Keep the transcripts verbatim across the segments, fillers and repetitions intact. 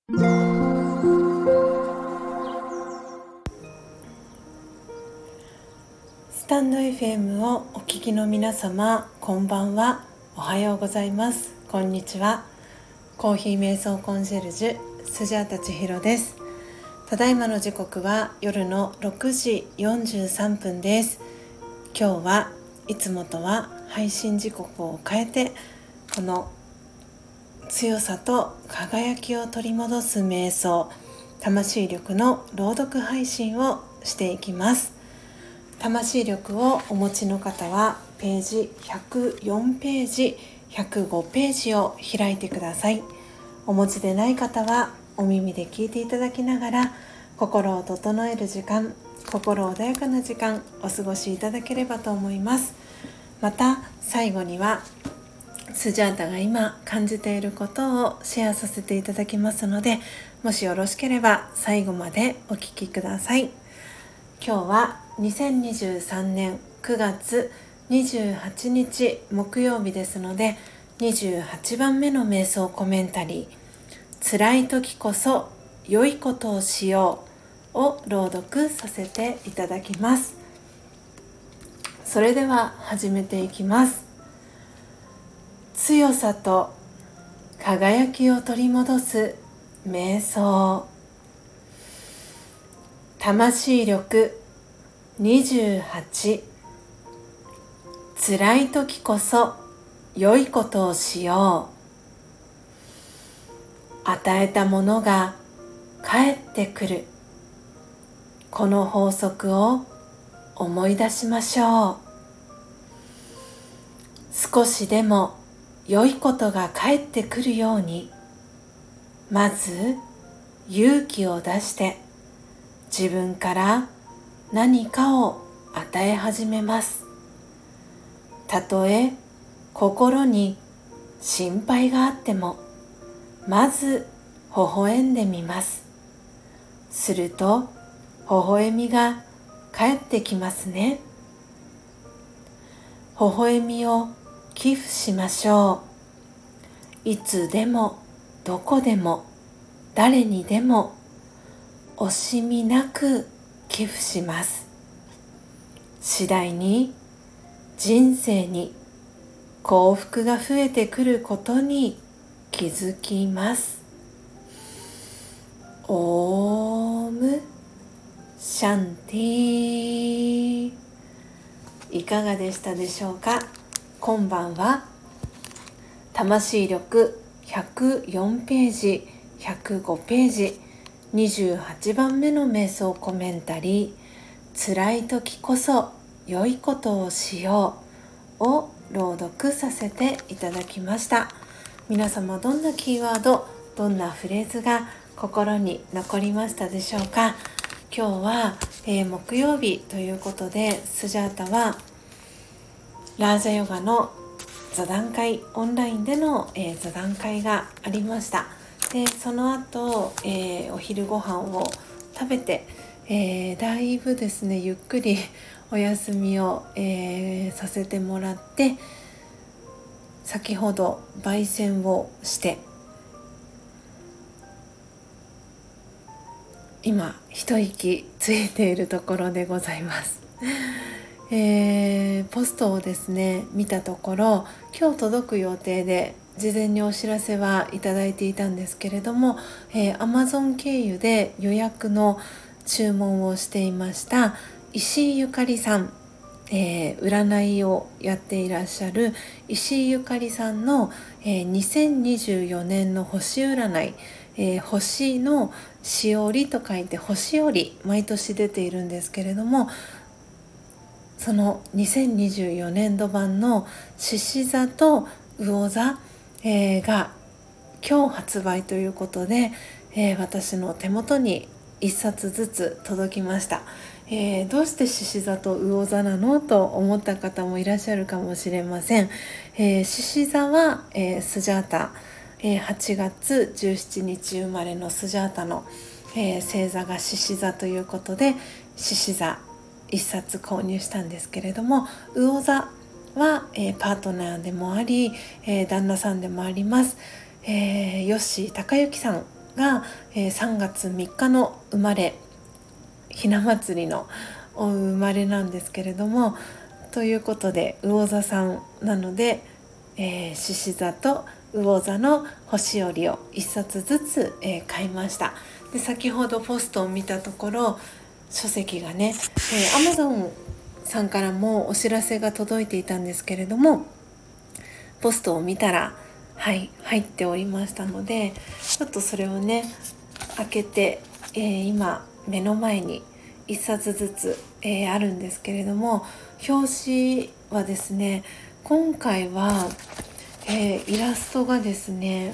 スタンド エフエム をお聞きの皆様、こんばんは、おはようございます、こんにちは。コーヒー瞑想コンシェルジュスジャータ千尋です。ただいまの時刻は夜のろくじよんじゅうさんぷんです。今日はいつもとは配信時刻を変えて、この強さと輝きを取り戻す瞑想、魂力の朗読配信をしていきます。魂力をお持ちの方はページひゃくよんページ、ひゃくごページを開いてください。お持ちでない方はお耳で聞いていただきながら、心を整える時間、心穏やかな時間お過ごしいただければと思います。また最後にはスジャータが今感じていることをシェアさせていただきますので、もしよろしければ最後までお聞きください。今日はにせんにじゅうさんねんくがつにじゅうはちにち木曜日ですので、にじゅうはちばんめの瞑想コメンタリー、辛い時こそ良いことをしようを朗読させていただきます。それでは始めていきます。強さと輝きを取り戻す瞑想。魂力にじゅうはち。辛い時こそ良いことをしよう。与えたものが返ってくる。この法則を思い出しましょう。少しでも良いことが返ってくるように、まず勇気を出して自分から何かを与え始めます。たとえ心に心配があっても、まず微笑んでみます。すると微笑みが返ってきますね。微笑みを寄付しましょう。いつでもどこでも誰にでも惜しみなく寄付します。次第に人生に幸福が増えてくることに気づきます。オームシャンティ。いかがでしたでしょうか。今晩は魂力ひゃくよんページ、ひゃくごページ、にじゅうはちばんめの瞑想コメンタリー、辛い時こそ良いことをしようを朗読させていただきました。皆様どんなキーワード、どんなフレーズが心に残りましたでしょうか。今日は、えー、木曜日ということで、スジャータはラージャヨガの座談会、オンラインでの、えー、座談会がありました。でその後、えー、お昼ご飯を食べて、えー、だいぶですねゆっくりお休みを、えー、させてもらって、先ほど焙煎をして今一息ついているところでございます。えー、ポストをですね見たところ、今日届く予定で事前にお知らせはいただいていたんですけれども、えー、Amazon 経由で予約の注文をしていました石井ゆかりさん、えー、占いをやっていらっしゃる石井ゆかりさんの、えー、にせんにじゅうよねんの星占い、えー、星のしおりと書いて星折、毎年出ているんですけれども、そのにせんにじゅうよねんど版の獅子座と魚座、えー、が今日発売ということで、えー、私の手元にいっさつずつ届きました。えー、どうして獅子座と魚座なのと思った方もいらっしゃるかもしれません。えー、獅子座は、えー、スジャータ、えー、はちがつじゅうしちにち生まれのスジャータの、えー、星座が獅子座ということで、獅子座一冊購入したんですけれども、魚座は、えー、パートナーでもあり、えー、旦那さんでもあります、えー、吉高之さんが、えー、さんがつみっかの生まれ、ひな祭りのお生まれなんですけれども、ということで魚座さんなので、えー、獅子座と魚座の星折りをいっさつずつ、えー、買いました。で先ほどポストを見たところ、書籍がね、えー、Amazon さんからもお知らせが届いていたんですけれども、ポストを見たらはい入っておりましたので、ちょっとそれをね開けて、えー、今目の前にいっさつずつ、えー、あるんですけれども、表紙はですね、今回は、えー、イラストがですね、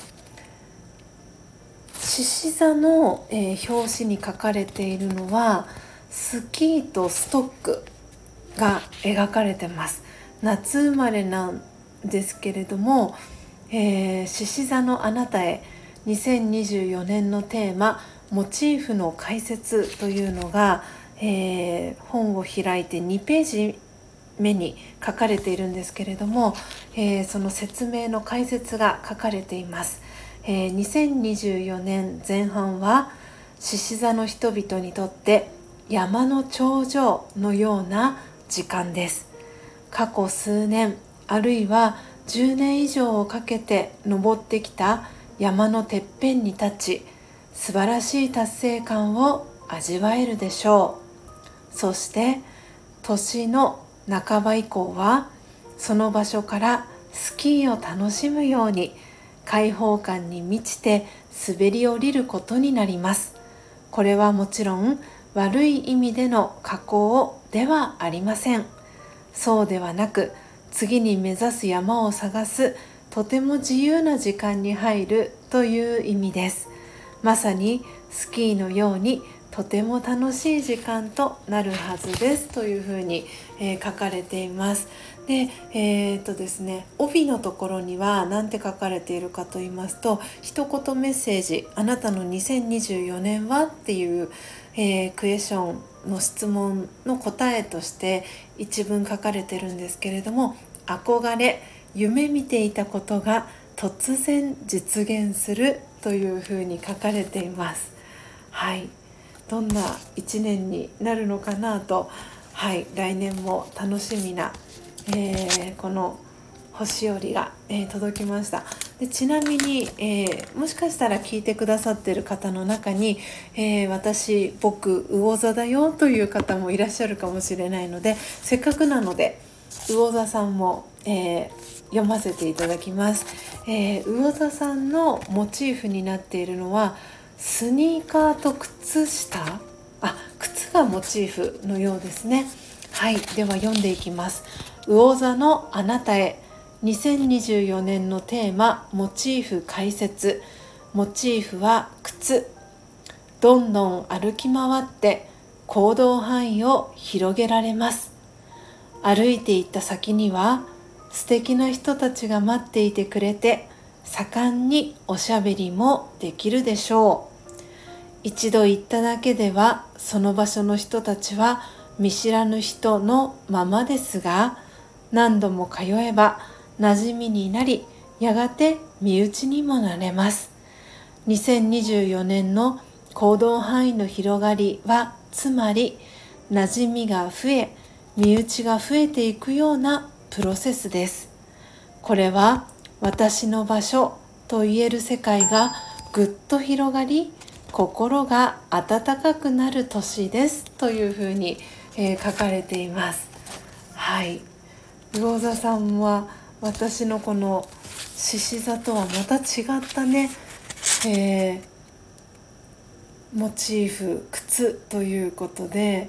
獅子座の、えー、表紙に書かれているのはスキーとストックが描かれてます。夏生まれなんですけれども、えー、獅子座のあなたへにせんにじゅうよねんのテーマモチーフの解説というのが、えー、本を開いてにページ目に書かれているんですけれども、えー、その説明の解説が書かれています。えー、にせんにじゅうよねんぜん半は獅子座の人々にとって山の頂上のような時間です。過去数年あるいはじゅうねん以上をかけて登ってきた山のてっぺんに立ち、素晴らしい達成感を味わえるでしょう。そして年の半ば以降はその場所からスキーを楽しむように開放感に満ちて滑り降りることになります。これはもちろん悪い意味での加工ではありません。そうではなく、次に目指す山を探すとても自由な時間に入るという意味です。まさにスキーのようにとても楽しい時間となるはずですというふうに、えー、書かれています。で、えー、っとですね、帯のところには何て書かれているかと言いますと、一言メッセージ、あなたのにせんにじゅうよねんはっていう、えー、クエスチョンの質問の答えとして一文書かれてるんですけれども、憧れ、夢見ていたことが突然実現するというふうに書かれています。はい、どんないちねんになるのかなと、はい、来年も楽しみな、えー、この星折りが、えー、届きました。でちなみに、えー、もしかしたら聞いてくださっている方の中に、えー、私僕魚座だよという方もいらっしゃるかもしれないので、せっかくなので魚座さんも、えー、読ませていただきます。えー、魚座さんのモチーフになっているのはスニーカーと靴下、あ、靴がモチーフのようですね。はい、では読んでいきます。魚座のあなたへにせんにじゅうよねんのテーマモチーフ解説。モチーフは靴。どんどん歩き回って行動範囲を広げられます。歩いていった先には素敵な人たちが待っていてくれて、盛んにおしゃべりもできるでしょう。一度行っただけではその場所の人たちは見知らぬ人のままですが、何度も通えば馴染みになり、やがて身内にもなれます。にせんにじゅうよねんの行動範囲の広がりは、つまり馴染みが増え身内が増えていくようなプロセスです。これは私の場所と言える世界がぐっと広がり、心が温かくなる年ですというふうに、えー、書かれています。はい、魚座さんは私のこの獅子座とはまた違ったね、えー、モチーフ、靴ということで、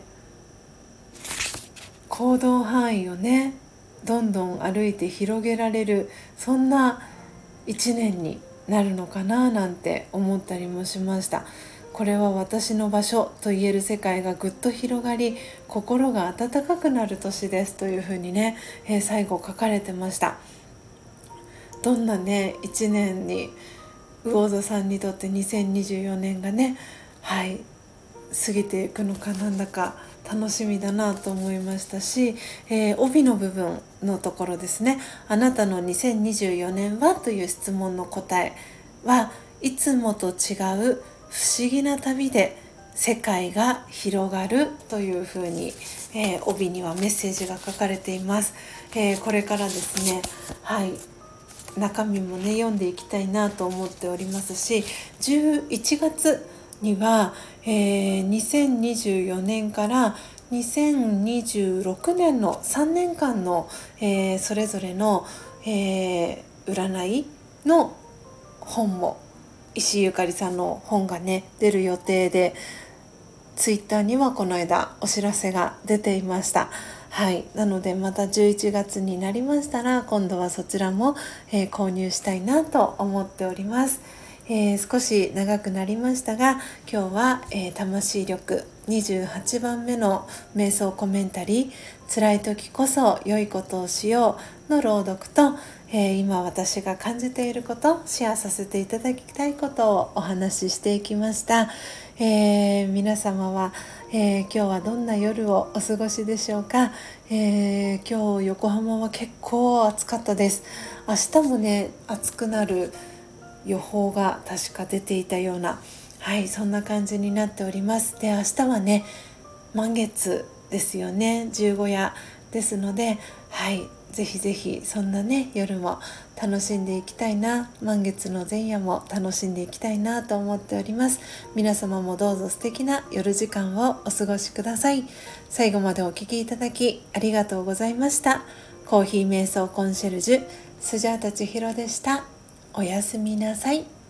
行動範囲をねどんどん歩いて広げられる、そんないちねんになるのかななんて思ったりもしました。これは私の場所と言える世界がぐっと広がり、心が温かくなる年ですというふうにね、えー、最後書かれてました。どんなねいちねんに魚座さんにとってにせんにじゅうよねんがね、はい過ぎていくのか、なんだか楽しみだなと思いましたし、えー、帯の部分のところですね、あなたのにせんにじゅうよねんはという質問の答えは、 いつもと違う不思議な旅で世界が広がるというふうに、えー、帯にはメッセージが書かれています。えー、これからですね、はい、中身もね読んでいきたいなと思っておりますし、じゅういちがつには、えー、にせんにじゅうよねんからにせんにじゅうろくねんのさんねんかんの、えー、それぞれの、えー、占いの本も、石井ゆかりさんの本がね出る予定で、ツイッターにはこの間お知らせが出ていました。はい、なのでまたじゅういちがつになりましたら、今度はそちらも、えー、購入したいなと思っております。えー、少し長くなりましたが、今日は、えー、魂力にじゅうはちばんめの瞑想コメンタリー、辛い時こそ良いことをしようの朗読と、えー、今私が感じていること、シェアさせていただきたいことをお話ししていきました。えー、皆様は、えー、今日はどんな夜をお過ごしでしょうか。えー、今日横浜は結構暑かったです。明日もね暑くなる予報が確か出ていたような、はい、そんな感じになっております。で、明日はね満月ですよね、十五夜ですので、はい、ぜひぜひそんなね夜も楽しんでいきたいな、満月の前夜も楽しんでいきたいなと思っております。皆様もどうぞ素敵な夜時間をお過ごしください。最後までお聞きいただきありがとうございました。コーヒー瞑想コンシェルジュスジャータ千尋でした。おやすみなさい。